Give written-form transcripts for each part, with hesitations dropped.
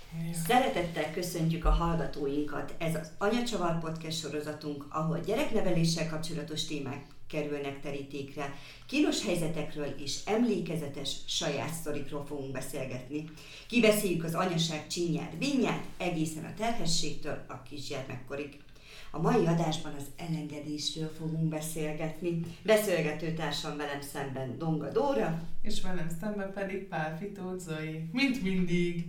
Szeretettel köszöntjük a hallgatóinkat. Ez az Anyacsavar podcast sorozatunk, ahol gyerekneveléssel kapcsolatos témák kerülnek terítékre. Kínos helyzetekről és emlékezetes saját sztorikról fogunk beszélgetni. Kibeszéljük az anyaság csínyát, bínyát, egészen a terhességtől a kisgyermekkorig. A mai adásban az elengedésről fogunk beszélgetni. Beszélgetőtársam velem szemben Donga Dóra. És velem szemben pedig Pálffy Tóth Zoli. Mint mindig.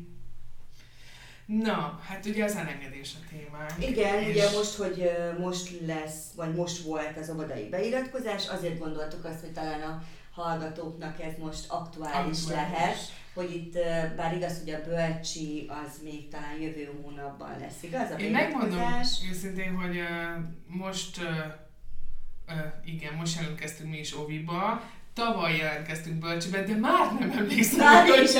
Na, hát ugye az elengedés a témánk. Igen, ugye most lesz, vagy most volt az óvodai beiratkozás, azért gondoltuk azt, hogy talán a hallgatóknak ez most aktuális lehet, hogy itt, bár igaz, hogy a bölcsi az még talán jövő hónapban lesz, igaz? Én megmondom őszintén, hogy most jelentkeztünk mi is óviba, tavaly jelentkeztünk bölcsibe, de már nem emlékszem, hogy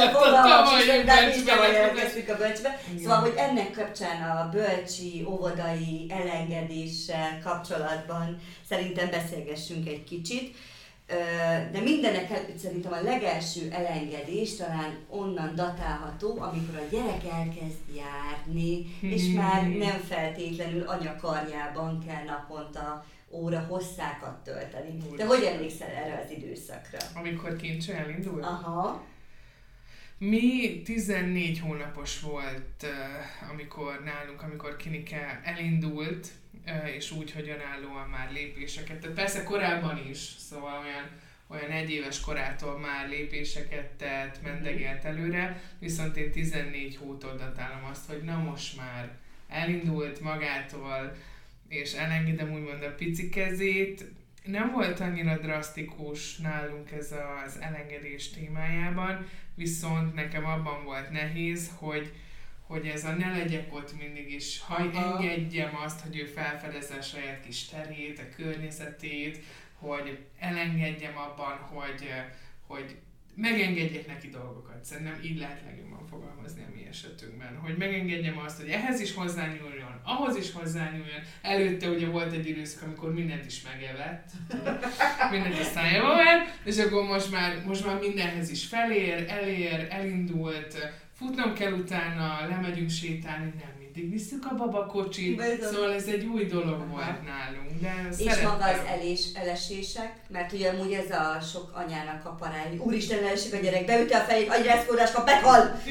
tavaly jelentkeztünk a bölcsibe. Szóval, hogy ennek kapcsán a bölcsi, óvodai elengedéssel kapcsolatban szerintem beszélgessünk egy kicsit. De mindenek előtt szerintem a legelső elengedés talán onnan datálható, amikor a gyerek elkezd járni, és már nem feltétlenül anyakarjában kell naponta óra hosszákat tölteni. De hogy emlékszel erre az időszakra? Amikor Kincső elindult? Aha. Mi 14 hónapos volt, amikor Kinike elindult, és úgy, hogy önállóan már lépéseket. Tehát persze korábban is, szóval olyan 1 éves korától már lépéseket tett, mendegelt előre, viszont én 14 hótól datálom azt, hogy na most már elindult magától, és elengedem úgymond a pici kezét. Nem volt annyira drasztikus nálunk ez az elengedés témájában, viszont nekem abban volt nehéz, hogy ez a ne legyek ott mindig is, engedjem azt, hogy ő felfedezze a saját kis terét, a környezetét, hogy elengedjem abban, hogy megengedjek neki dolgokat. Szerintem így lehet legjobban fogalmazni a mi esetünkben. Hogy megengedjem azt, hogy ehhez is hozzányúljon, ahhoz is hozzányúljon. Előtte ugye volt egy időszak, amikor mindent is megevett. Mindent a szájába ment, és akkor most már mindenhez is elér, elindult. Futnom kell utána, lemegyünk sétálni, nem mindig visszük a babakocsit, szóval ez egy új dolog volt nálunk, de és szerettem. maga az elesések, mert ugye amúgy ez a sok anyának a parája, hogy úristen, elesik a gyerek, beütte a fejét, agyrászkódás kap, meghal!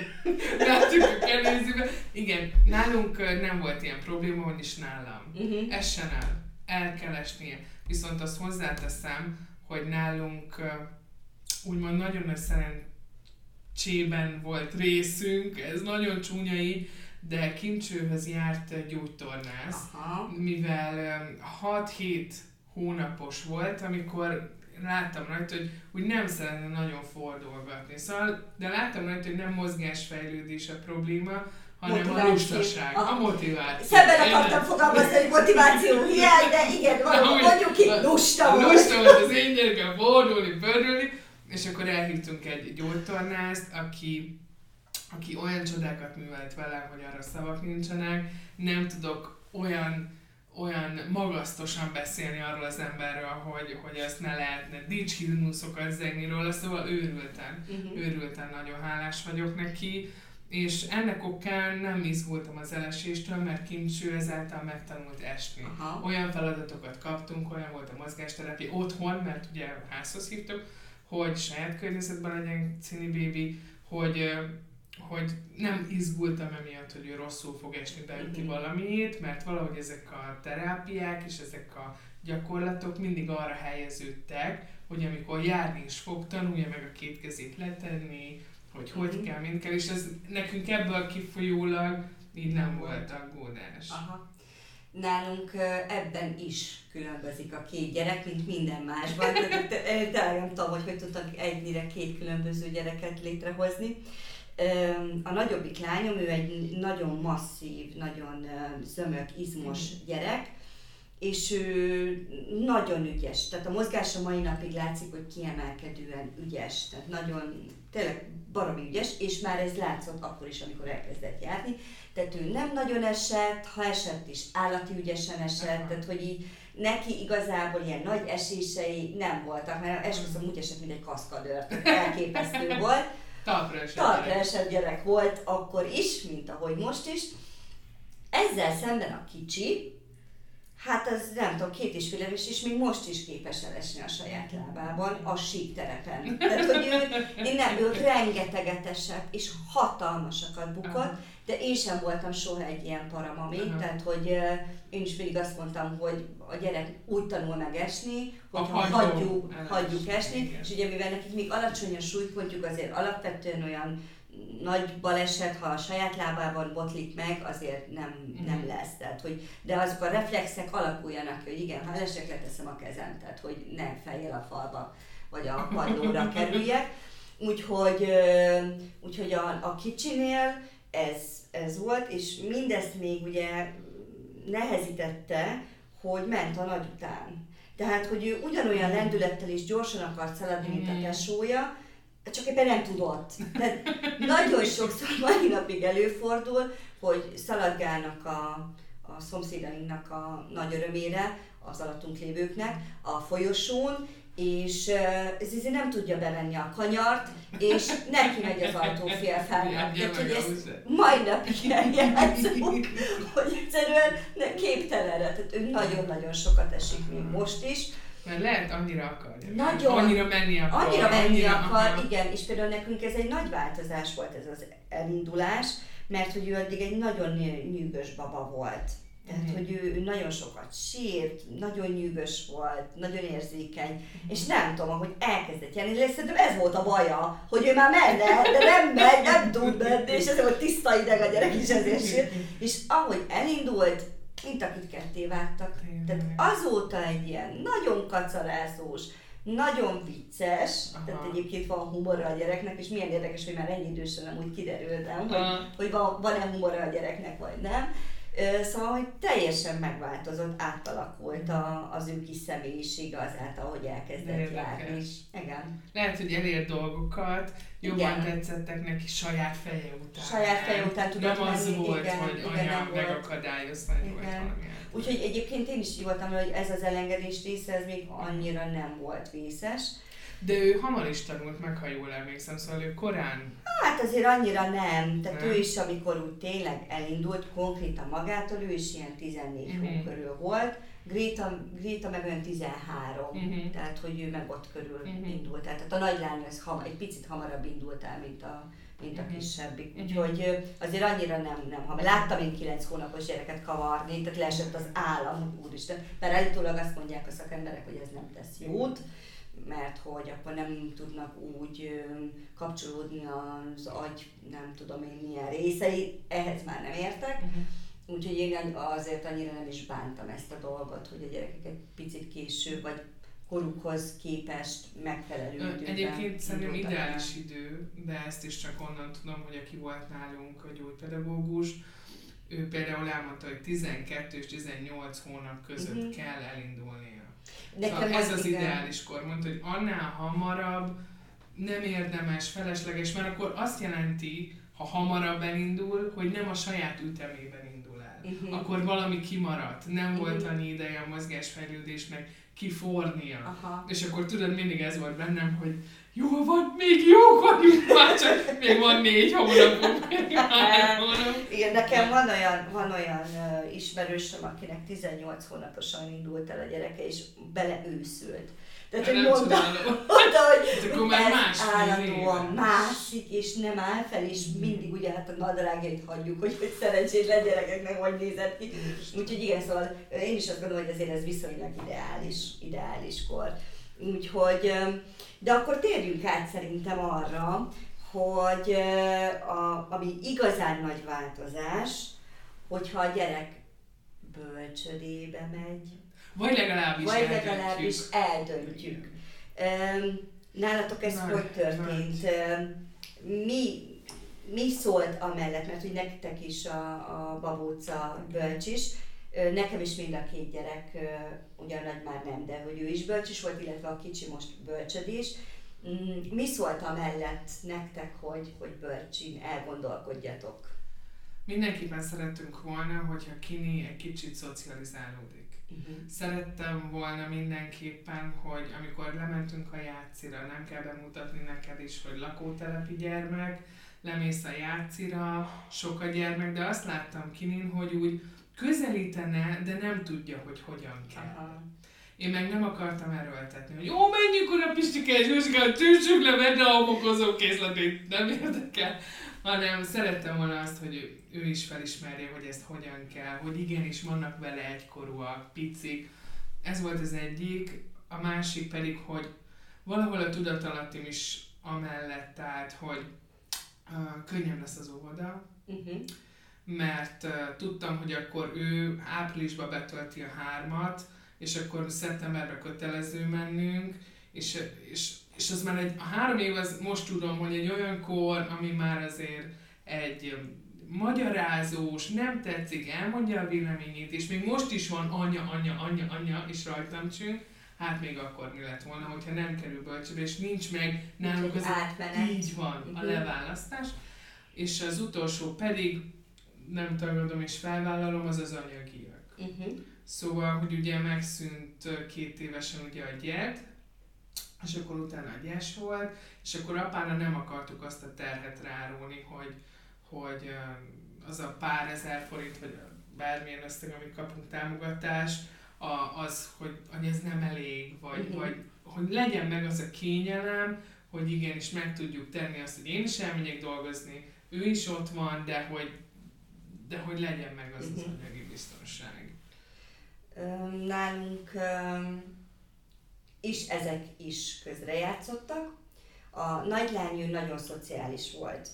Látjuk a kellőzőben. Igen, nálunk nem volt ilyen probléma, vagyis nálam. Essen el kell esnie. Viszont azt hozzáteszem, hogy nálunk úgymond nagyon nagy szerencsében volt részünk, ez nagyon csúnya így, de Kincsőhöz járt gyógytornász, mivel 6-7 hónapos volt, amikor láttam rajta, hogy úgy nem szeretne nagyon fordulgatni. Szóval, de láttam rajta, hogy nem mozgásfejlődés a probléma, hanem a lustaság, a motiváció. Szemben akartam fogalmazni, hogy motiváció hiány, de igen, mondjuk ki, lusta volt. Lusta volt az én gyerekem fordulni, pördülni, és akkor elhívtunk egy gyógytornászt, aki olyan csodákat művelt velem, hogy arra szavak nincsenek, nem tudok olyan magasztosan beszélni arról az emberről, hogy azt ne lehetne dicshimnuszokat zengni róla, szóval őrülten nagyon hálás vagyok neki, és ennek okán nem izgultam az eleséstől, mert Kincső ezáltal megtanult esni. Olyan feladatokat kaptunk, olyan volt a mozgásterápia otthon, mert ugye házhoz hívtuk, hogy saját környezetben legyen Cini bébi, hogy nem izgultam emiatt, hogy ő rosszul fog esni, beüti valamiét, mert valahogy ezek a terápiák és ezek a gyakorlatok mindig arra helyeződtek, hogy amikor járni is fog, tanulja meg a 2 kezét letenni, hogy kell, mint kell, és ez nekünk ebből kifolyólag így nem volt aggódás. Nálunk ebben is különbözik a 2 gyerek, mint minden másban. Tényleg nem tudom, hogy tudtak egyre 2 különböző gyereket létrehozni. A nagyobbik lányom, ő egy nagyon masszív, nagyon zömök, izmos gyerek, és ő nagyon ügyes. Tehát a mozgása mai napig látszik, hogy kiemelkedően ügyes. Tehát nagyon, tényleg baromi ügyes, és már ez látszott akkor is, amikor elkezdett járni. Tehát ő nem nagyon esett, ha esett is állati ügyesen esett, tehát hogy így neki igazából ilyen nagy esései nem voltak, mert esküszöm úgy esett, mint egy kaszkadőr, elképesztő volt. Talpra esett gyerek volt akkor is, mint ahogy most is. Ezzel szemben a kicsi, hát az nem tudom, 2,5 éves, és még most is képes elesni a saját lábában a síkterepen. Tehát, hogy ő rengeteget esett, és hatalmasakat bukott, de én sem voltam soha egy ilyen paramami, tehát, hogy én is mindig azt mondtam, hogy a gyerek úgy tanul meg esni, hogy hagyjuk esni, igen. És ugye mivel nekik még alacsony a súlypontjuk, azért alapvetően olyan nagy baleset, ha a saját lábában botlik meg, azért nem lesz. Tehát, hogy, de azok a reflexek alakuljanak, hogy igen, ha elesek, leteszem a kezem, tehát hogy ne fejjel a falba, vagy a padlóra kerüljek. Úgyhogy a kicsinél ez volt, és mindezt még ugye nehezítette, hogy ment a nagy után. Tehát, hogy ő ugyanolyan lendülettel és gyorsan akart szaladni, mint a tesója, csak éppen nem tudott. Tehát nagyon sokszor mai napig előfordul, hogy szaladgálnak a szomszédainknak a nagy örömére, az alattunk lévőknek a folyosón, és ez nem tudja bevenni a kanyart, és neki megy az ajtófélfának. Tehát, hogy ezt mai napig eljátszunk, hogy egyszerűen képtelenre. Tehát ő nagyon-nagyon sokat esik még most is. Mert lehet annyira akarja. Nagyon. Annyira menni akar. Igen, és például nekünk ez egy nagy változás volt ez az elindulás, mert hogy ő addig egy nagyon nyűgös baba volt. Tehát, hogy ő nagyon sokat sírt, nagyon nyűgös volt, nagyon érzékeny, és nem tudom, ahogy elkezdett járni, de szerintem ez volt a baja, hogy ő már menne, de nem megy, nem tud menni, és ezért volt tiszta ideg a gyerek is ezért sírt. És ahogy elindult, mint akit ketté vágtak. Tehát azóta egy ilyen nagyon kacarászós, nagyon vicces, tehát egyébként van humora a gyereknek, és milyen érdekes, hogy már ennyi idősen nem úgy kiderültem, hogy van-e humora a gyereknek, vagy nem. Szóval, hogy teljesen megváltozott, átalakult az ő kis személyisége azáltal, hogy elkezdett járni. Igen. Lehet, hogy elér dolgokat, jobban tetszettek neki saját feje után. Saját feje után tudott nem az volt, hogy anya megakadályozta, vagy valami. Úgyhogy egyébként én is így voltam, hogy ez az elengedés része, ez még annyira nem volt vészes. De ő hamar is tanult meg, ha jól emlékszem, szóval ő korán... Hát azért annyira nem. Tehát ő is, amikor úgy tényleg elindult konkrétan magától, ő is ilyen 14 hó körül volt. Gréta meg olyan 13, tehát hogy ő meg ott körül indult. Tehát a nagylány az egy picit hamarabb indult el, mint a kisebbik. Úgyhogy azért annyira nem hamar. Láttam én 9 hónapos gyereket kavarni, tehát leesett az állam, úristen. Mert állítólag azt mondják a szakemberek, hogy ez nem tesz jót, mert hogy akkor nem tudnak úgy kapcsolódni az agy, nem tudom én milyen részei, ehhez már nem értek. Úgyhogy én azért annyira nem is bántam ezt a dolgot, hogy a gyerekek egy picit később, vagy korukhoz képest megfelelő időben. Egyébként szerintem ideális idő, de ezt is csak onnan tudom, hogy aki volt nálunk a gyógypedagógus, ő például elmondta, hogy 12 és 18 hónap között kell elindulnia. Szóval ez az ideális kor, mondta, hogy annál hamarabb nem érdemes, felesleges, mert akkor azt jelenti, ha hamarabb elindul, hogy nem a saját ütemében indul el. Akkor valami kimaradt, nem volt annyi ideje a mozgásfejlődésnek kifornia. És akkor tudod, mindig ez volt bennem, hogy jó van, még jók vagyunk, már csak még van 4 hónapunk, még 3 hónap. Igen, nekem van olyan ismerősöm, akinek 18 hónaposan indult el a gyereke, és beleőszült. Tehát, hogy mondta, hogy ez állandóan mászik, és nem áll fel, és mindig ugye hát a nadrágjait hagyjuk, hogy szerencsétlen gyerekeknek hogy nézett ki. Úgyhogy igen, szóval én is azt gondolom, hogy azért ez viszonylag ideális kor. Úgyhogy, de akkor térjünk át szerintem arra, hogy ami igazán nagy változás, hogyha a gyerek bölcsödébe megy, vagy legalábbis eldöntjük. Nálatok ez hogy történt? Mi szólt amellett, mert hogy nektek is a babóca bölcs is, nekem is mind a 2 gyerek, ugyan nagy már nem, de hogy ő is bölcs is volt, illetve a kicsi most bölcsödés. Mi szólt amellett nektek, hogy bölcsin elgondolkodjatok? Mindenképpen szerettünk volna, hogyha Kini egy kicsit szocializálódik. Szerettem volna mindenképpen, hogy amikor lementünk a játszira, nem kell bemutatni neked is, hogy lakótelepi gyermek, lemész a játszira, sok a gyermek, de azt láttam Kinin, hogy úgy közelítene, de nem tudja, hogy hogyan kell. Aha. Én meg nem akartam erőltetni, hogy jó, menjünk oda Pistike és Józsika, tűrtsük le benne a homokozó készletét, nem érdekel, hanem szerettem volna azt, hogy ő is felismerje, hogy ezt hogyan kell, hogy igenis vannak vele egykorúak, picik. Ez volt az egyik, a másik pedig, hogy valahol a tudatalattim is amellett állt, hogy könnyebb lesz az óvoda, mert tudtam, hogy akkor ő áprilisban betölti a 3-at, és akkor szeptemberben kötelező mennünk, és az már a 3 év, az most tudom, hogy egy olyan kor, ami már azért egy magyarázós, nem tetszik, elmondja a véleményét, és még most is van anya, és rajtam csünk, hát még akkor mi lett volna, hogyha nem kerül bölcsőbe, és nincs meg nálunk az így van a leválasztás, és az utolsó pedig, nem tagadom és felvállalom, az az anyagiak. Szóval, hogy ugye megszűnt 2 évesen ugye a gyed, és akkor utána a gyes volt, és akkor apára nem akartuk azt a terhet rárólni, hogy az a pár ezer forint, vagy bármilyen összeg, amit kapunk támogatás, hogy ez nem elég, vagy hogy legyen meg az a kényelem, hogy igenis meg tudjuk tenni azt, hogy én is elmegyek dolgozni, ő is ott van, de hogy legyen meg az az anyagi biztonság. Nálunk is ezek is közrejátszottak. A nagylányú nagyon szociális volt,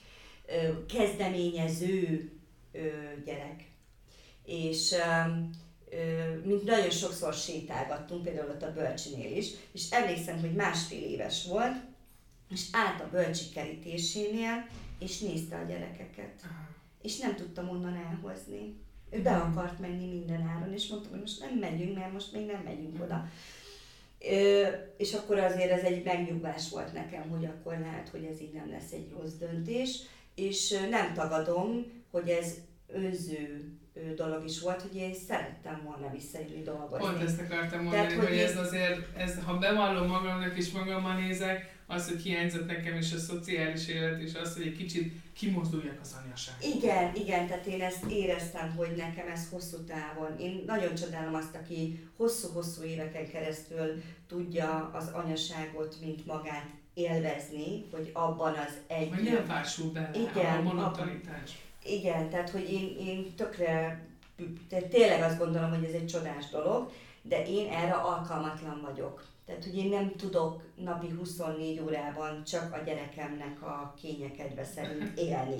kezdeményező gyerek, és mint nagyon sokszor sétálgattunk, például ott a bölcsinél is, és emlékszem, hogy 1,5 éves volt, és állt a bölcsi kerítésénél, és nézte a gyerekeket, és nem tudtam onnan elhozni. Ő be akart menni minden áron, és mondtam, hogy most nem megyünk, mert most még nem megyünk oda. És akkor azért ez egy megnyugvás volt nekem, hogy akkor lehet, hogy ez így nem lesz egy rossz döntés, és nem tagadom, hogy ez önző dolog is volt, hogy én szerettem volna visszajönni dolgozni. Pont ezt akartam mondani, tehát, hogy ez azért, ha bevallom magamnak és magammal nézek, az, hogy hiányzott nekem is a szociális élet, és az, hogy egy kicsit kimozduljak az anyaság. Igen, tehát én ezt éreztem, hogy nekem ez hosszú távon. Én nagyon csodálom azt, aki hosszú-hosszú éveken keresztül tudja az anyaságot, mint magát élvezni, hogy abban az egy... Hogy nem fársul bele a monotonitás. Igen, tehát hogy én tökre, tényleg azt gondolom, hogy ez egy csodás dolog, de én erre alkalmatlan vagyok. Tehát, hogy én nem tudok napi 24 órában csak a gyerekemnek a kényekedve szerint élni.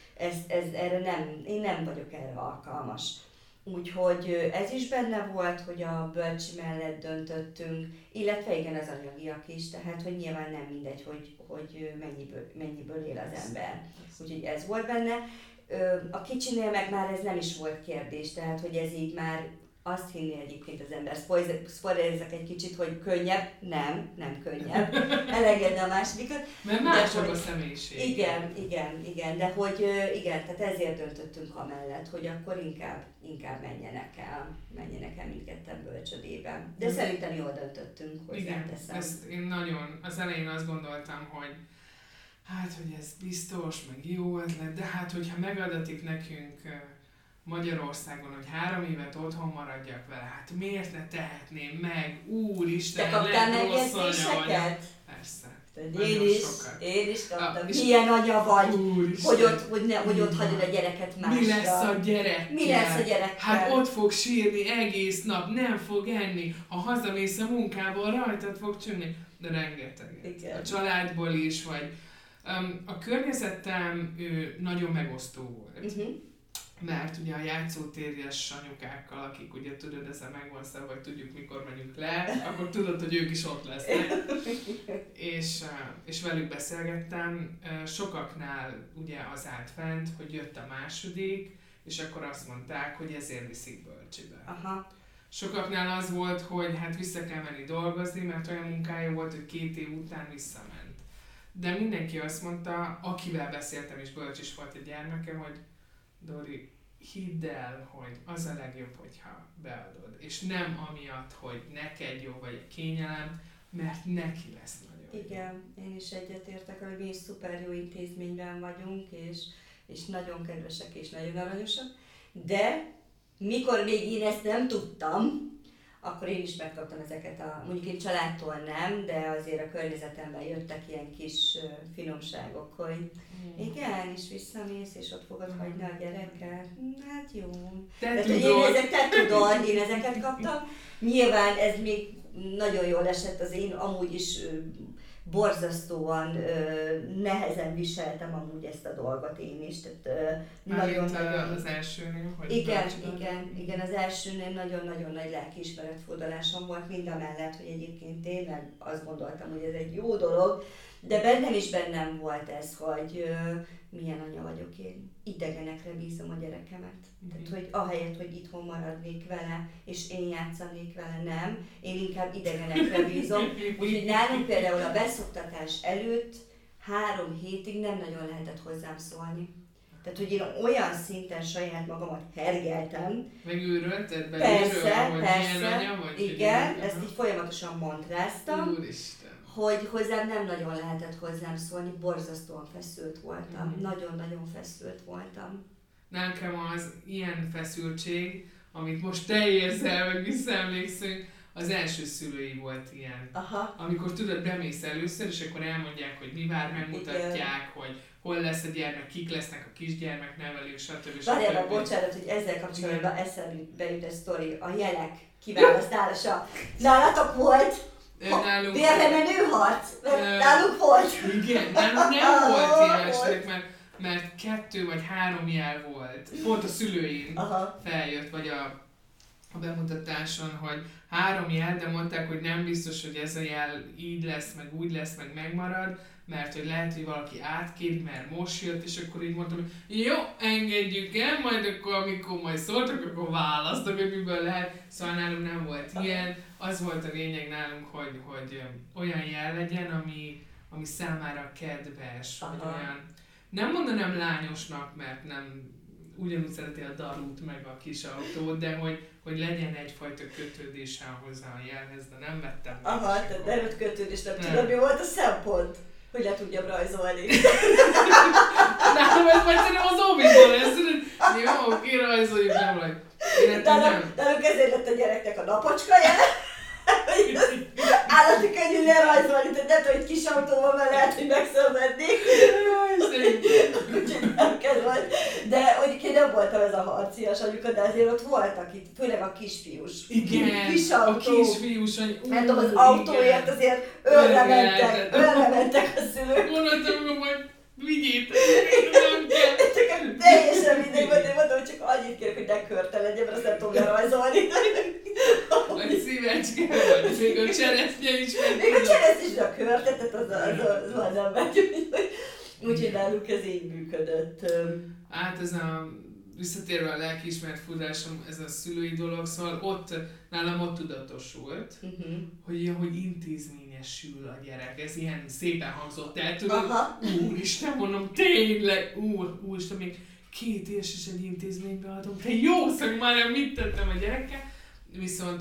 Én nem vagyok erre alkalmas. Úgyhogy ez is benne volt, hogy a bölcsi mellett döntöttünk, illetve igen, az anyagiak is, tehát hogy nyilván nem mindegy, hogy mennyiből él az ember. Úgyhogy ez volt benne. A kicsinél meg már ez nem is volt kérdés, tehát hogy ez így már azt hinni egyébként az ember, spoilerezzek egy kicsit, hogy könnyebb, nem könnyebb, elengedni a másodikat. Mert másabb a személyiség. Igen, de hogy igen, tehát ezért döntöttünk amellett, hogy akkor inkább menjenek el mindketten bölcsödében. De szerintem jól döntöttünk, hozzáteszem. Ezt én nagyon, az elején azt gondoltam, hogy hogy ez biztos, meg jó ötlet, de hogyha megadatik nekünk Magyarországon, hogy 3 évet otthon maradjak vele, hát miért ne tehetném meg? Úristen, te kaptál megjegyzéseket? Persze. Én is kaptam. Milyen anya vagy, hogy ott hagyod a gyereket másra. Mi lesz a gyerekkel? Mi lesz a gyerekkel? Hát ott fog sírni egész nap, nem fog enni. Ha hazamész a munkából, rajtad fog csüngni. De rengeteget. A családból is, vagy... A környezetem nagyon megosztó volt. Mert ugye a játszótérjes anyukákkal, akik ugye tudod, ezzel megvan szabva, hogy tudjuk mikor megyünk le, akkor tudod, hogy ők is ott lesznek. és velük beszélgettem. Sokaknál ugye az állt fent, hogy jött a második, és akkor azt mondták, hogy ezért viszik bölcsibe. Aha. Sokaknál az volt, hogy hát vissza kell menni dolgozni, mert olyan munkája volt, hogy 2 év után visszament. De mindenki azt mondta, akivel beszéltem, és bölcs is volt egy gyermeke, hogy Dori, hidd el, hogy az a legjobb, hogyha beadod. És nem amiatt, hogy neked jó vagy kényelem, mert neki lesz nagyon. Igen, én is egyetértek, hogy mi is szuper jó intézményben vagyunk, és nagyon kedvesek és nagyon aranyosak, de mikor még én ezt nem tudtam, akkor én is megkaptam ezeket mondjuk én családtól nem, de azért a környezetemben jöttek ilyen kis finomságok, hogy igen, és visszamész, és ott fogod hagyni a gyereket. Hát jó. Te tudod. Te tudod, én ezeket kaptam. Nyilván ez még nagyon jól esett, az én amúgy is borzasztóan nehezen viseltem amúgy ezt a dolgot én is. Nagyon-nagyon az elsőnél, hogy igen, az elsőnél nagyon-nagyon nagy lelkiismeretfordulásom volt, mindamellett, hogy egyébként tényleg azt gondoltam, hogy ez egy jó dolog, de bennem volt ez, hogy milyen anya vagyok én. Idegenekre bízom a gyerekemet. Tehát, hogy ahelyett, hogy itthon maradnék vele, és én játszanék vele, nem. Én inkább idegenekre bízom. Úgyhogy nálunk például a beszoktatás előtt 3 hétig nem nagyon lehetett hozzám szólni. Tehát, hogy én olyan szinten saját magamat hergeltem. Megőrölted belülről, hogy milyen anya vagy? Igen, ezt így folyamatosan mantráztam. Úristen. Hogy hozzám nem nagyon lehetett hozzám szólni, borzasztóan feszült voltam. Nagyon-nagyon feszült voltam. Nekem az ilyen feszültség, amit most te érzel, meg visszaemlékszünk, az első szülői volt ilyen. Aha. Amikor tudod, bemész először, és akkor elmondják, hogy mi vár, megmutatják, hogy hol lesz a gyermek, kik lesznek a kisgyermek nevelők, stb. Várjál, bocsánat, hogy ezzel kapcsolatban eszembe jut egy sztori, a jelek kiválasztása. Nálatok volt? Vérremenőharc? Náluk volt? Igen, nálunk nem volt ilyen esetek, mert 2 vagy 3 jel volt. Pont a szülőim feljött, vagy a bemutatáson, hogy 3 jel, de mondták, hogy nem biztos, hogy ez a jel így lesz, meg úgy lesz, meg megmarad, mert hogy lehet, hogy valaki átkér, mert most jött, és akkor így mondtam, hogy jó, engedjük el, majd akkor, amikor majd szóltak, akkor választok, hogy miből lehet. Szóval nálunk nem volt ilyen. Az volt a lényeg nálunk, hogy olyan jel legyen, ami számára kedves, vagy olyan, nem mondanám lányosnak, mert nem ugyanúgy szereti a darút meg a kis autót, de hogy legyen egyfajta kötődése hozzá a jelhez, de nem vettem. Tehát nem volt kötődés, nem tudom, mi volt a szempont? Hogy le tudjam rajzolni. Nem, ez majd szerintem az óviból lesz. Jó, oké, rajzoljuk, nem vagy. Nálunk ezért lett a gyereknek a napocska jele. Állati könnyű lerajzolni, tehát nem tudom, hogy kis autóval már lehet, hogy megszenvednék. Úgyhogy nem kell volt. De egyébként nem voltam ez a harcias anyuka, de azért ott voltak itt, főleg a kisfiús. Igen, kis autó. A kisfiús anyuka. Nem tudom, az autóért azért ölre mentek a szülők. Gondoltam, hogy majd vigyétek, nem kell. Teljesen mindegy volt, én mondtam, hogy csak annyit kérek, hogy ne körte legyen, mert azt nem tudom lerajzolni. Vagy szívecske, vagy még a cseresznye is meg. Még a cseresznye is, a körte, tehát az nem megy. Úgyhogy náluk ez így működött. Hát ez visszatérve a lelkiismeret fordulásom, ez a szülői dolog, szóval nálam ott tudatosult, hogy intézményesül a gyerek. Ez ilyen szépen hangzott el, tudod? Úristen, mondom, tényleg, úristen, még 2 éves is egy intézménybe adom, te jó szak, már nem mit tettem a gyerekkel. Viszont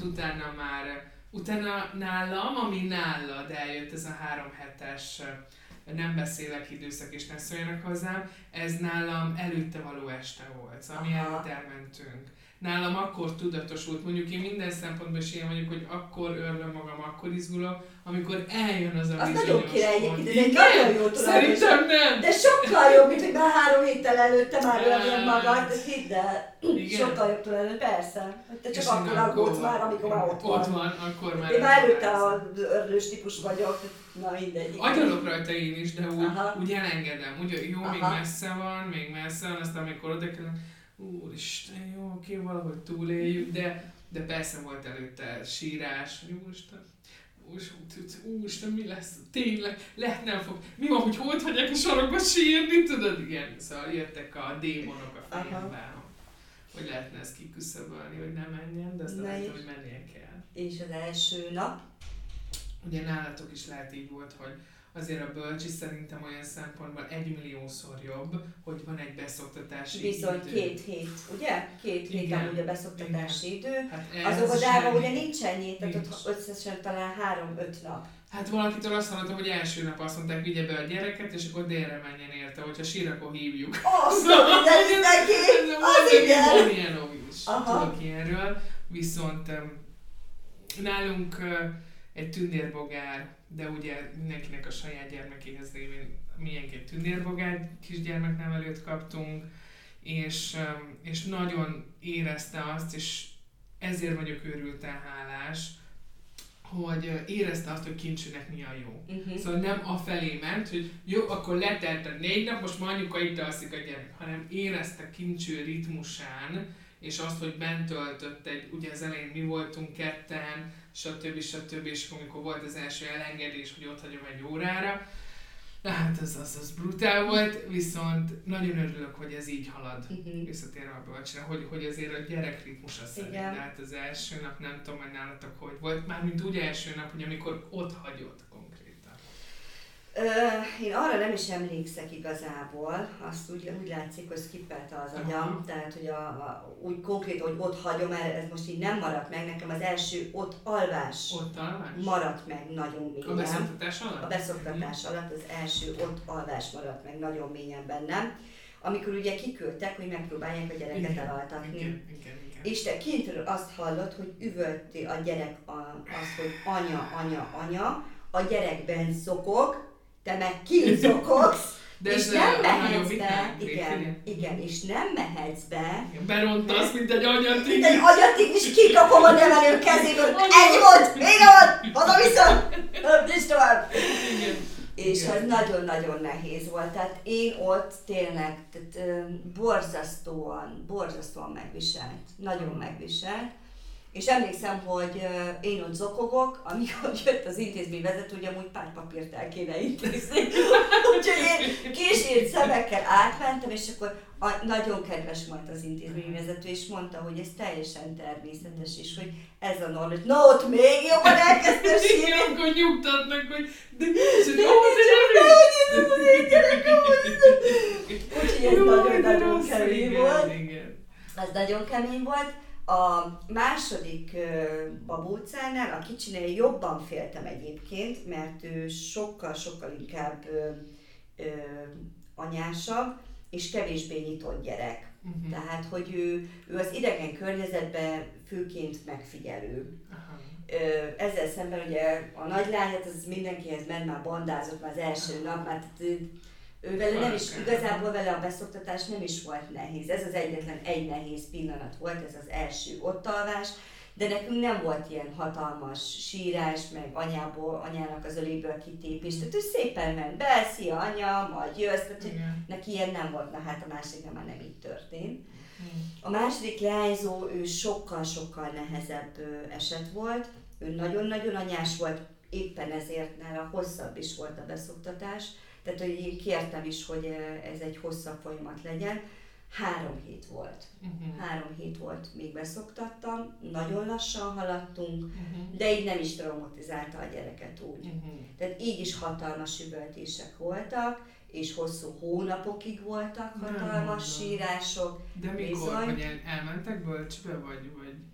utána nálam, ami nálad eljött ez a 3 hetes nem beszélek időszak és ne szóljanak hozzám, ez nálam előtte való este volt, szóval mi előtt elmentünk. Nálam akkor tudatosult, mondjuk én minden szempontból is ilyen vagyok, hogy akkor örlöm magam, akkor izgulok, amikor eljön az a bizonyos nagyon király egyébként, ez egy nagyon jó tulajdonság. Szerintem nem. De sokkal jobb, mint hogy már 3 héttel előtte már örlöm magad, de hidd el. Sokkal jobb tulajdonság, persze. Te csak akkor aggódsz már, amikor már ott van. Ott van, akkor már. Én már előtte az örlős típus vagyok, na mindegy. Agyalok rajta én is, de úgy elengedem. Úgy jó, még messze van, aztán amikor oda kell, úristen, jó, oké, valahogy túléljük, de persze volt előtte sírás, úristen, mi lesz? Tényleg, nem fog. Mi van, hogy hogy hagyják a sarokba sírni, tudod? Igen, szóval jöttek a démonok a fejembe, hogy lehetne ezt kiküszöbölni, hogy nem menjen, de aztán láttam, hogy mennie kell. És az első nap? Ugye nálatok is lehet így volt, hogy azért a bölcsi szerintem olyan szempontból 1 milliószor jobb, hogy van egy beszoktatási bizony idő. 2 hét, ugye? 2 hét amúgy a beszoktatási idő. Hát az óvodában ugye nincs ennyi, tehát ott összesen talán 3-5 nap. Hát valakitől azt hallottam, hogy első nap azt mondták, vigye be a gyereket, és akkor délre menjen érte, hogyha sír, akkor hívjuk. Szóval neki, az igen! Van ilyen is, tudok ilyenről, viszont nálunk egy tündérbogár, de ugye mindenkinek a saját gyermekéhez lévén milyen egy tündérbogár kisgyermeknevelőt kaptunk, és nagyon érezte azt, és ezért vagyok őrülten hálás, hogy érezte azt, hogy Kincsőnek mi a jó. Szóval nem afelé ment, hogy jó, akkor letelt a 4 nap, most ma anyuka itt alszik a gyerek, hanem érezte Kincső ritmusán, és azt, hogy bent töltött ugye az elején mi voltunk ketten, stb. És amikor volt az első elengedés, hogy ott hagyom egy órára, hát az brutál volt, viszont nagyon örülök, hogy ez így halad, visszatérve a bölcsre, hogy azért a gyerek ritmusa szerint, de hát az első nap nem tudom, hogy nálatok hogy volt, mármint úgy első nap, hogy amikor ott hagyott konkrétan. Én arra nem is emlékszek igazából, azt úgy látszik, hogy skippelte az agyam, tehát hogy úgy konkrétan, hogy ott hagyom, ez most így nem maradt meg, nekem az első ott alvás maradt meg nagyon mélyen. A beszoktatás alatt? A beszoktatás alatt az első ott alvás maradt meg nagyon mélyen bennem, amikor ugye kiküldtek, hogy megpróbálják a gyereket elaltatni. Igen. És te kintről azt hallod, hogy üvölti a gyerek azt, hogy anya, a gyerekben zokog, te meg kint zokogsz, és nem mehetsz be. Igen, és nem mehetsz be. Berontasz, mint egy anyatigris. Mint egy anyatigris, kikapom a nevelő kezéből, ennyi volt, vége volt, haza-vissza, nincs tovább. És ez nagyon-nagyon nehéz volt, tehát én ott tényleg borzasztóan megviselt, nagyon megviselt. És emlékszem, hogy én ott zokogok, amikor jött az intézményvezető, hogy amúgy pár papírt el kéne intézni. Úgyhogy én kísért szemekkel átmentem, és akkor nagyon kedves volt az intézményvezető, és mondta, hogy ez teljesen természetes, és hogy ez a norma, hogy na ott még jobban elkezdtem sírni. Igen, akkor nyugtatnak, hogy de úgyhogy ez nagyon-nagyon kemény volt. Ez nagyon kemény volt. A második babócánál, a kicsinél jobban féltem egyébként, mert ő sokkal inkább anyásabb, és kevésbé nyitott gyerek. Tehát, hogy ő az idegen környezetben főként megfigyelő. Ezzel szemben ugye a nagylányát, az mindenkihez ment, már bandázott már az első nap, már vele nem is, igazából vele a beszoktatás nem is volt nehéz. Ez az egyetlen egy nehéz pillanat volt, ez az első ottalvás, de nekünk nem volt ilyen hatalmas sírás, meg anyának az öléből kitépés. Tehát ő szépen ment be, szia anya, majd jössz, tehát neki ilyen nem volt, na hát a másikra már nem így történt. A második leányzó, ő sokkal nehezebb eset volt, ő nagyon-nagyon anyás volt, éppen ezért nála hosszabb is volt a beszoktatás. Tehát, hogy én kértem is, hogy ez egy hosszabb folyamat legyen. 3 hét volt. 3 hét volt, még beszoktattam, nagyon lassan haladtunk, de így nem is traumatizálta a gyereket úgy. Tehát így is hatalmas üvöltések voltak, és hosszú hónapokig voltak hatalmas sírások. De mikor, hogy elmentek bölcsbe, vagy?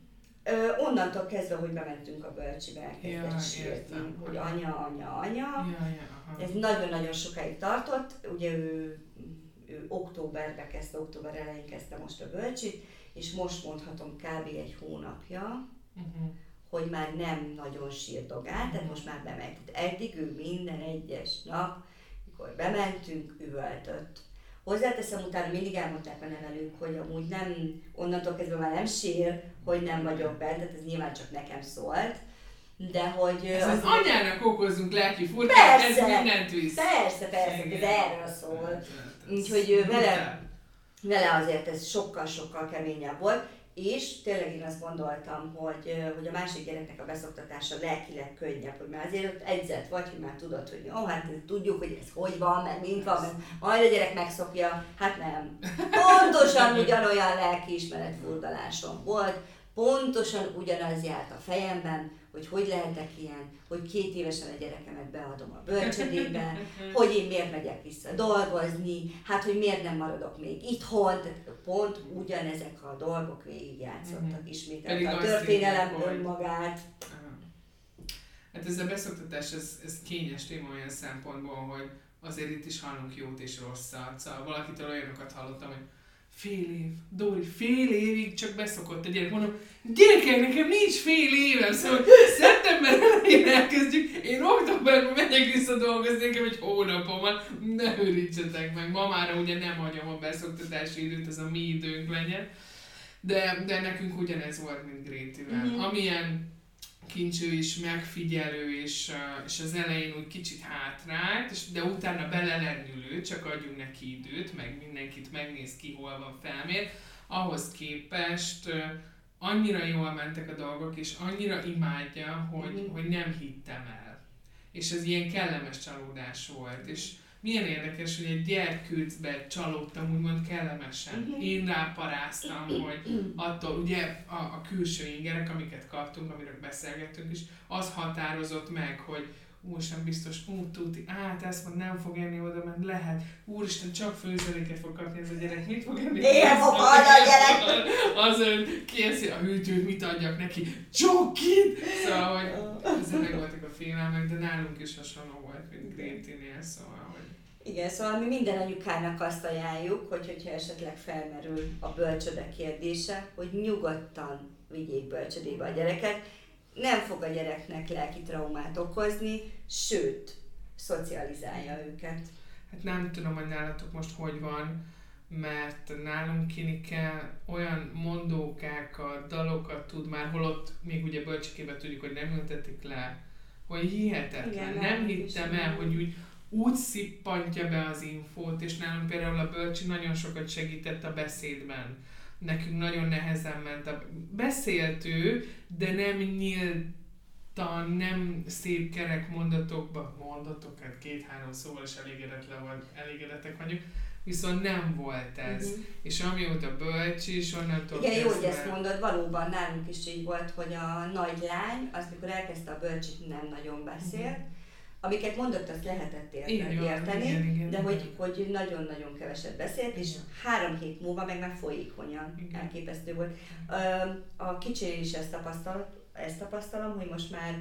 Onnantól kezdve, hogy bementünk a bölcsibe, elkezdett sírni, hogy anya. Ez nagyon-nagyon sokáig tartott, ugye ő októberben kezdte, október elején kezdte most a bölcsit, és most mondhatom kb. Egy hónapja, hogy már nem nagyon sírdogál, tehát most már bement. Eddig ő minden egyes nap, mikor bementünk, üvöltött. Hozzáteszem, utána mindig elmondták a nevelők, hogy amúgy nem, onnantól kezdve már nem sír, hogy nem vagyok bent, tehát ez nyilván csak nekem szólt. De hogy... Ez az anyának okozunk lelki furcát, ez mindent visz. Persze, ez erről szól. Úgyhogy vele azért ez sokkal keményebb volt. És tényleg én azt gondoltam, hogy a másik gyereknek a beszoktatása lelkileg könnyebb, hogy már azért ott edzett vagy, hogy már tudod, hogy jó, hát tudjuk, hogy ez hogy van, meg mint van, meg majd a gyerek megszokja, hát nem. Pontosan ugyanolyan lelkiismeret furdalásom volt, pontosan ugyanaz járt a fejemben, hogy lehetek ilyen, hogy 2 évesen a gyerekemet beadom a bölcsödébe, hogy én miért megyek vissza dolgozni, hát hogy miért nem maradok még itthon, tehát pont ugyanezek a dolgok végigjátszottak, ismételte a történelem önmagát. Hát ez a beszoktatás, ez kényes téma olyan szempontból, hogy azért itt is hallunk jót és rosszat. Szóval valakitől olyanokat hallottam, hogy Dóri, fél évig csak beszokott a gyerek. Mondom, gyerekek, nekem nincs fél évem, szóval szeptember elején elkezdjük, én októberben megyek vissza dolgozni, nekem egy hónapom van, ne őrítsetek meg. Ma már ugye nem hagyom a beszoktatási időt, ez a mi időnk legyen. De nekünk ugyanez volt, mint Grétivel. Amilyen kincső is, megfigyelő, és az elején úgy kicsit hátrált, de utána belelendülő, csak adjunk neki időt, meg mindenkit megnéz ki, hol van, felmér. Ahhoz képest annyira jól mentek a dolgok, és annyira imádja, hogy nem hittem el. És ez ilyen kellemes csalódás volt. És milyen érdekes, hogy egy gyerkőcbe csalódtam, úgymond kellemesen. Én ráparáztam, hogy attól, ugye a külső ingerek, amiket kaptunk, amiről beszélgettünk is, az határozott meg, hogy úristen biztos, tuti, ezt már nem fog enni oda, mert lehet, úristen, csak főzeléket fog kapni ez a gyerek, mit fog enni? Ilyen fog halni a gyerek! Azon kieszi a hűtőt, mit adjak neki? Csokit! Szóval, hogy ezzel meg voltak a félelmek, de nálunk is hasonló volt, mint Grétinél, szóval, hogy... Igen, szóval mi minden anyukának azt ajánljuk, hogyha esetleg felmerül a bölcsöde kérdése, hogy nyugodtan vigyék bölcsödébe a gyereket. Nem fog a gyereknek lelki traumát okozni, sőt, szocializálja őket. Hát nem tudom, hogy nálatok most hogy van, mert nálunk Kinike olyan mondókákat, dalokat tud már, holott még ugye bölcsikében tudjuk, hogy nem ültetik le, hogy hihetetlen. Igen, nem hittem el, hogy úgy szippantja be az infót, és nálunk például a bölcsi nagyon sokat segített a beszédben. Nekünk nagyon nehezen ment beszélt ő, de nem nyíltan, nem szép kerek mondatok, hát 2-3 szóval is elégedettek vagyunk, viszont nem volt ez. És amióta bölcsi, és onnantól igen, jó, hogy ezt mondod, valóban nálunk is így volt, hogy a nagy lány, az mikor elkezdte a bölcsit, nem nagyon beszélt, amiket mondott, azt lehetett érteni, igen, de hogy nagyon-nagyon keveset beszélt, és 3 hét múlva meg már folyékonyan, elképesztő volt. A kicsinél is ezt tapasztalom, hogy most már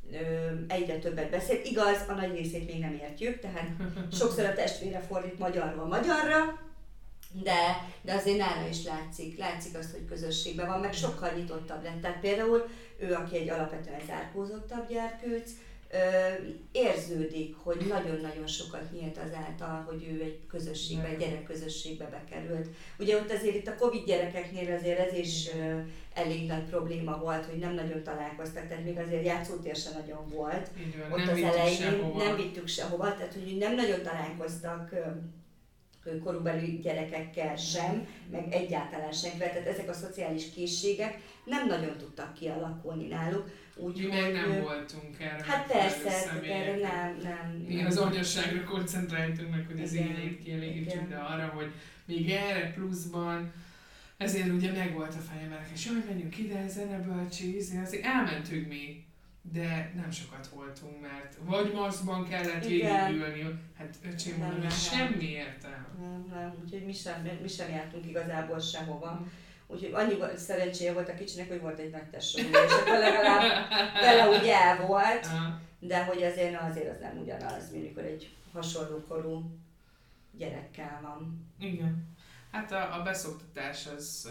egyre többet beszél. Igaz, a nagy részét még nem értjük, tehát sokszor a testvére fordít magyarról magyarra, de azért nála is látszik azt, hogy közösségben van, meg sokkal nyitottabb lett. Tehát például ő, aki egy alapvetően zárkózottabb gyerkőc, érződik, hogy nagyon-nagyon sokat nyílt azáltal, hogy ő egy közösségbe, egy gyerekközösségbe bekerült. Ugye ott azért itt a Covid gyerekeknél azért ez is elég nagy probléma volt, hogy nem nagyon találkoztak, tehát még azért játszótér sem nagyon volt. Van, ott az elején nem vittük sehova, tehát hogy nem nagyon találkoztak korúbeli gyerekekkel sem, meg egyáltalán senkivel, tehát ezek a szociális készségek nem nagyon tudtak kialakulni náluk. Mi meg nem voltunk erre. Hát persze, erre nem. Igen, az anyasságra koncentráltunk meg, hogy az igényeit kielégítsük, de arra, hogy még erre pluszban, ezért ugye meg volt a fejem, és jaj, menjünk ide, zenebölcsi, azért elmentünk mi, de nem sokat voltunk, mert vagy maszkban kellett végigülni, hát öcsém mondom, ez semmi értelme. Nem, úgyhogy mi sem jártunk igazából sehova. Úgyhogy annyi szerencséje volt a kicsinek, hogy volt egy nagy tesóm, és akkor legalább vele úgy el volt, de hogy azért az nem ugyanaz, amikor egy hasonló korú gyerekkel van. Igen. Hát a beszoktatás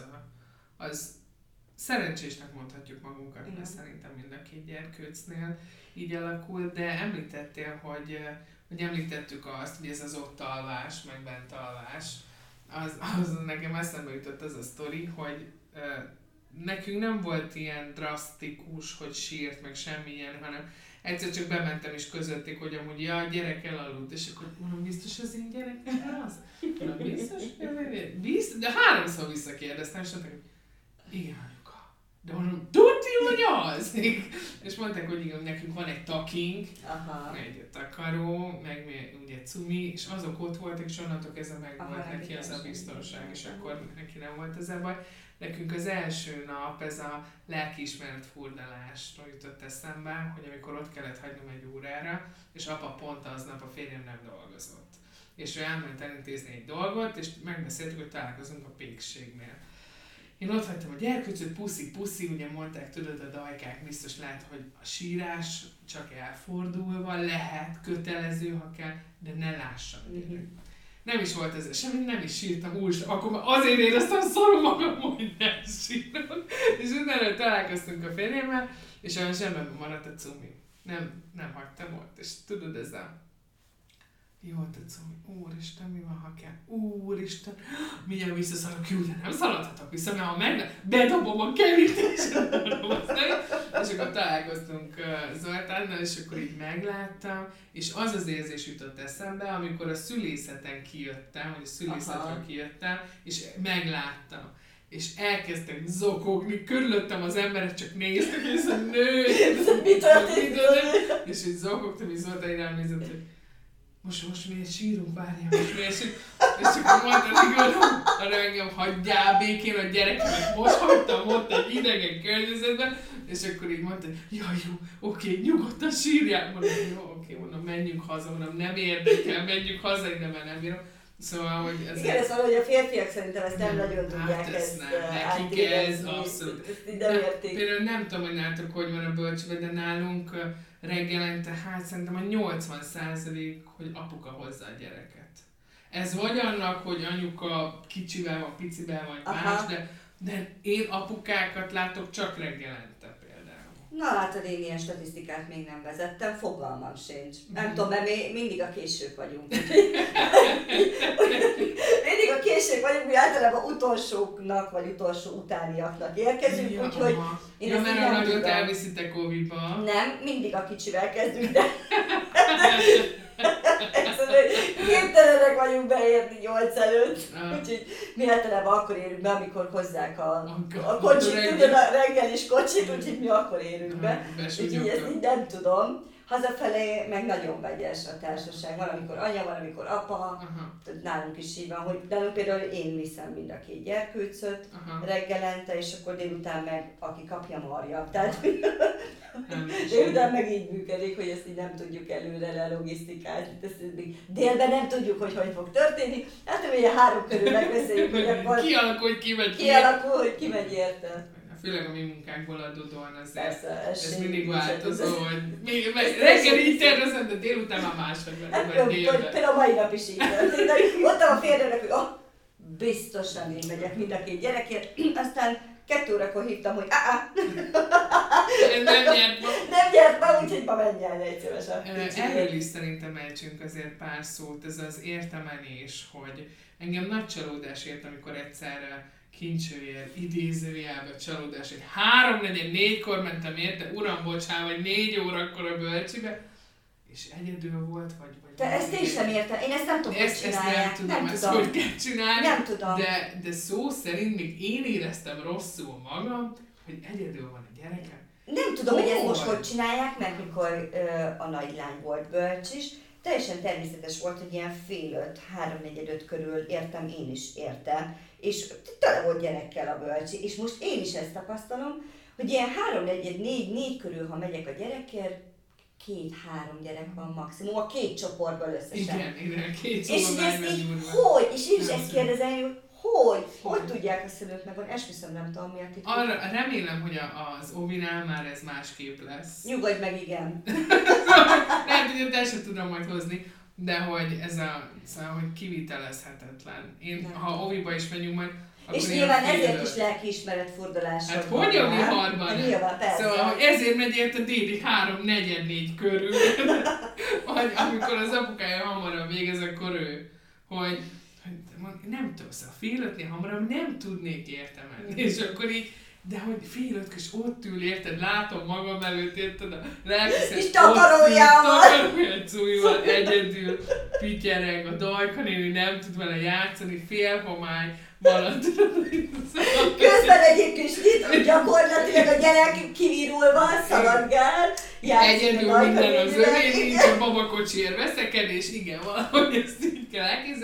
az szerencsésnek mondhatjuk magunkat, mert szerintem mind a 2 gyerkőcnél így alakul, de említettél, hogy említettük azt, hogy ez az ott alvás, meg bent alvás, az nekem eszembe jutott az a sztori, hogy nekünk nem volt ilyen drasztikus, hogy sírt, meg semmilyen, hanem egyszer csak bementem és közötték, hogy amúgy a gyerek elaludt, és akkor mondom, biztos az én gyerekem az? Mondom, biztos? De 3-szor visszakérdeztem, és mondták, hogy igen, anyuka. De mondom, tudti, hogy az? És mondták, hogy igen, nekünk van egy takink, egy takaró, meg ugye cumi, és azok ott voltak, és onnantól kezdve meg volt neki az a biztonság, és akkor neki nem volt ez a baj. nekünk az első nap ez a lelkiismeret furdalásról jutott eszembe, hogy amikor ott kellett hagynom egy órára, és apa pont aznap a férjem nem dolgozott. És ő elment elintézni egy dolgot, és megbeszéltük, hogy találkozunk a pékségnél. Én ott hagytam a gyerkőcöt, puszi, ugye mondták, tudod, a dajkák biztos lehet, hogy a sírás csak elfordulva lehet, kötelező, ha kell, de ne lássam. Nem is volt ez semmi, nem is sírtam úgy, akkor már azért éreztem szarul magam, hogy nem sírok. És utána találkoztunk a férjemmel, és olyan zsebemben maradt a cumi. Nem hagytam ott, és tudod, ez a... Jó, a cumi, úristen, mi van, ha kell? Úristen, mindjárt visszaszarok, jó, de nem szaladhatok vissza, mert ha meg bedobom a kerítést, és akkor találkoztunk Zoltánnal, és akkor így megláttam, és az érzés jutott eszembe, amikor a szülészeten kijöttem, vagy a szülészetről kijöttem, és megláttam. És elkezdtek zokogni, körülöttem az emberek csak néztek, és a nő, mi történt? És így zokogtam, és Zoltán rám nézett, hogy most miért sírunk, várjál, most miért sírunk? És csak mondta, hogy arra engem hagyjál békén a gyerekemet, most hagytam ott egy idegen környezetben, és akkor így mondta, jaj, jó, oké, nyugodtan sírjál. Mondom, jó, oké, mondom, menjünk haza, mondom, nem érdekel, menjünk haza, innen már nem bírom. Szóval, hogy ez... Igen, ez hogy a férfiak szerintem ezt nem nagyon tudják hát ezt nekik ez abszolút. Ezt nem érték. Például nem tudom, hogy nálatok hogy van a bölcsőben, de nálunk reggelente, hát szerintem a 80%, hogy apuka hozza a gyereket. Ez vagy annak, hogy anyuka kicsivel van, picivel vagy más, de én apukákat látok csak reggelente például. Na látod, én ilyen statisztikát még nem vezettem, fogalmam sincs. Nem tudom, mert mi mindig a késők vagyunk. Mindig a késők vagyunk, mi általában utolsóknak vagy utolsó utániaknak érkezünk, úgyhogy én ezt mert a nagyot elviszitek óviba. Nem, mindig a kicsivel kezdünk, de képtelenek vagyunk beérni 8 előtt, úgyhogy mi általában akkor érünk be, amikor hozzák a kocsit, tudod, a reggelis kocsit, úgyhogy mi akkor érünk be. Úgyhogy ezt így nem tudom. Hazafelé meg nagyon vegyes a társaság, valamikor anya, valamikor apa, nálunk is így van, hogy nálunk például én viszem mind a két gyerkőcöt reggelente, és akkor délután meg aki kapja marja. Tehát délután meg így működik, hogy ezt így nem tudjuk előre lelogisztikálni. Délben nem tudjuk, hogy fog történni. Hát ugye 3 körül megbeszéljük, hogy akkor kialakul, hogy ki megy érte. Főleg a mi munkánkból adódóan azért. Persze, ez mindig változó, hogy reggel így tervezem, de délután már máshogy vagy délben. Például a mai nap is így történt. Mondtam a férjemnek, hogy biztosan én megyek mind a két gyerekért. Aztán 2 órakor hívtam, hogy nem nyert ma. Nem nyert ma, úgyhogy ma menjen egy szívesen. Erről is szerintem ejtsünk azért pár szót, ez az értemenés, hogy engem nagy csalódás ért, amikor egyszer kincsőjér, idézőjelbe csalódás, hogy 3-4-kor mentem érte, uram, bocsánat, vagy 4 órakor a bölcsibe, és egyedül volt, vagy de ezt én sem értem, én ezt nem tudom, hogy csinálják. Ezt nem tudom, hogy kell csinálni, nem tudom. De szó szerint még én éreztem rosszul magam, hogy egyedül van a gyerekem. Nem tudom, hogy ezt most hogy csinálják, mert mikor a nagylány volt bölcs is, teljesen természetes volt, hogy ilyen 4:30, 3-4-5 körül értem én is érte, és tele volt gyerekkel a bölcsi, és most én is ezt tapasztalom, hogy ilyen 3-4 körül, ha megyek a gyerekért, 2-3 gyerek van maximum, a 2 csoportból összesen. Igen, 2 és hogy? És én is ezt kérdezem, hogy tudják a szülők meg, esküszöm, nem tudom mi a titkot. Arra remélem, hogy az óvinál már ez másképp lesz. Nyugodj meg, igen. Lehet, hogy ezt sem tudom majd hozni, de hogy ez szóval, hogy kivitelezhetetlen. Ha óviba is megyünk majd, és nyilván ezért is lelkiismeret furdalásra. Hát hogy a viharban? Nyilván, persze. Szóval, hogy ezért megy érte déli 3-4 körül, vagy amikor az apukája hamarabb végez, akkor ő, hogy nem tudom, szóval 4:30 hamarabb nem tudnék érte menni, és akkor így, de hogy 4:05 és ott ül, érted, látom magam előtt, érted, a lelkiszem és takarójával, cumival egyedül pityereg, a Dajka néni nem tud vele játszani, félhomály, valahogy. Közben egyébként itt gyakorlatilag a gyerek kivirulva, szaladgál, egyedül minden az övé, nincs a babakocsiért veszekedés, igen, valahogy ezt így kell elképzelni.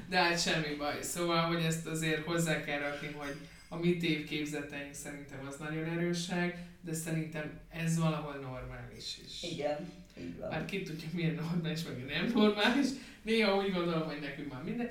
De hát semmi baj. Szóval, hogy ezt azért hozzá kell rakni, hogy a mi tévképzeteink szerintem az nagyon erősek, de szerintem ez valahol normális is. Igen, így van. Már ki tudjuk, milyen normális, meg nem normális. Néha úgy gondolom, hogy nekünk már mindegy.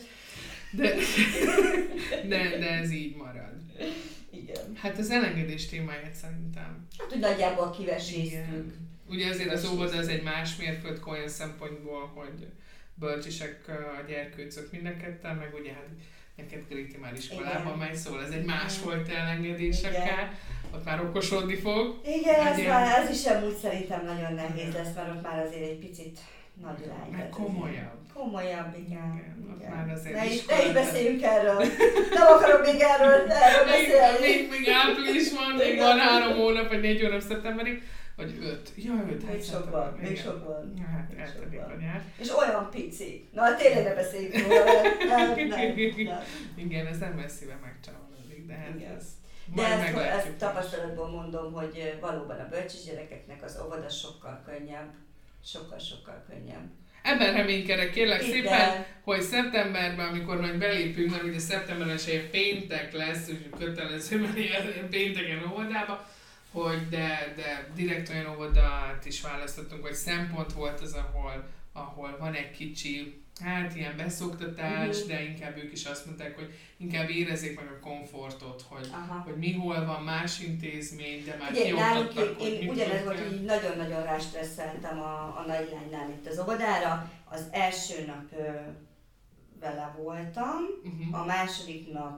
De ez így marad. Igen. Hát az elengedés témáját szerintem. Hát úgy nagyjából kiveséztük. Ugye azért az óvoda az egy más mérföldkő olyan szempontból, hogy bölcsisek a gyerkőcök mind a ketten, meg ugye hát neked Gréti már iskolában megy, szóval ez egy másfajta elengedésekkel, ott már okosodni fog. Igen, ez is amúgy szerintem nagyon nehéz lesz, mert ott már azért egy picit nagy lány. Meg komolyabb. Komolyabb, igen. Ott már azért ne is beszéljünk erről. Nem akarok még erről beszélni. Még április van, még van 3 hónap, vagy 4 hónap szeptemberig. Vagy 5. Ja, 5. Még sok van, még sok van. Hát eltelik a nyár. És olyan pici. Na, tényleg ne beszéljük róla. Nem. Igen, ez nem messzivel megcsalódik, de hát ez... De ezt tapasztalatból mondom, hogy valóban a bölcsis gyerekeknek az óvoda sokkal könnyebb. Sokkal könnyebb. Ebben reménykedek, kérlek szépen, hogy szeptemberben, amikor majd belépünk, mert ugye szeptemberben egy péntek lesz, úgyhogy kötelező menni pénteken óvodába, hogy de direkt olyan óvodát is választottunk, vagy szempont volt az, ahol van egy kicsi, hát ilyen beszoktatás, de inkább ők is azt mondták, hogy inkább érezzék meg a komfortot, hogy mi hol van, más intézmény, de már kioktattak, hogy én ugyanez volt, hogy nagyon-nagyon rástresszeltem a nagylánynál itt az óvodára. Az első nap vele voltam, a második nap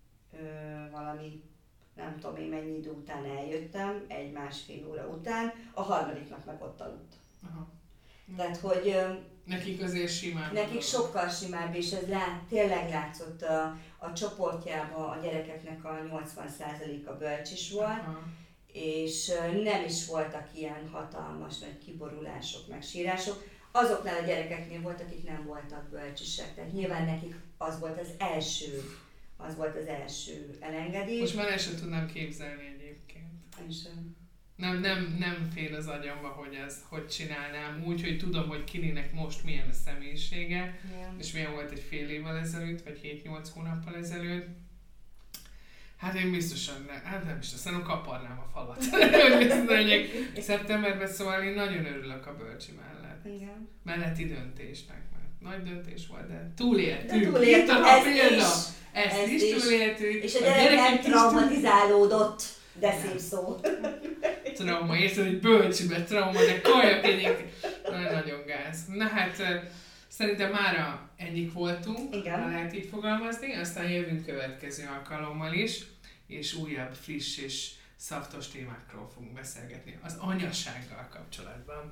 valami nem tudom én mennyi idő után eljöttem, 1-1,5 óra után, a harmadik nap meg ott aludt. Tehát, hogy nekik azért simább. Nekik sokkal simább, és ez tényleg látszott a csoportjában a gyerekeknek a 80%-a bölcsis volt, és nem is voltak ilyen hatalmas nagy kiborulások, meg sírások. Azoknál a gyerekeknél volt, akik nem voltak bölcsisek, tehát nyilván nekik az volt az első elengedés. Most már el sem tudnám képzelni egyébként. Én sem. Nem fél az agyamba, hogy ezt hogy csinálnám úgy, hogy tudom, hogy Kininek most milyen a személyisége, és milyen volt egy fél évvel ezelőtt, vagy 7-8 hónappal ezelőtt. Hát én biztosan nem is, aztán kaparnám a falat. Szeptemberben, szóval én nagyon örülök a bölcsi mellett. Igen. Melletti döntésnek, mert nagy döntés volt, de túléltük. Ezt is túléltük. És a gyerek nem traumatizálódott, de szép szó. Trauma, érted, hogy bölcsibe trauma, de kajakenyek. Nagyon gáz. Na hát, szerintem mára ennyik voltunk, ha lehet így fogalmazni, aztán jövünk következő alkalommal is, és újabb, friss és szaftos témákról fogunk beszélgetni az anyasággal kapcsolatban.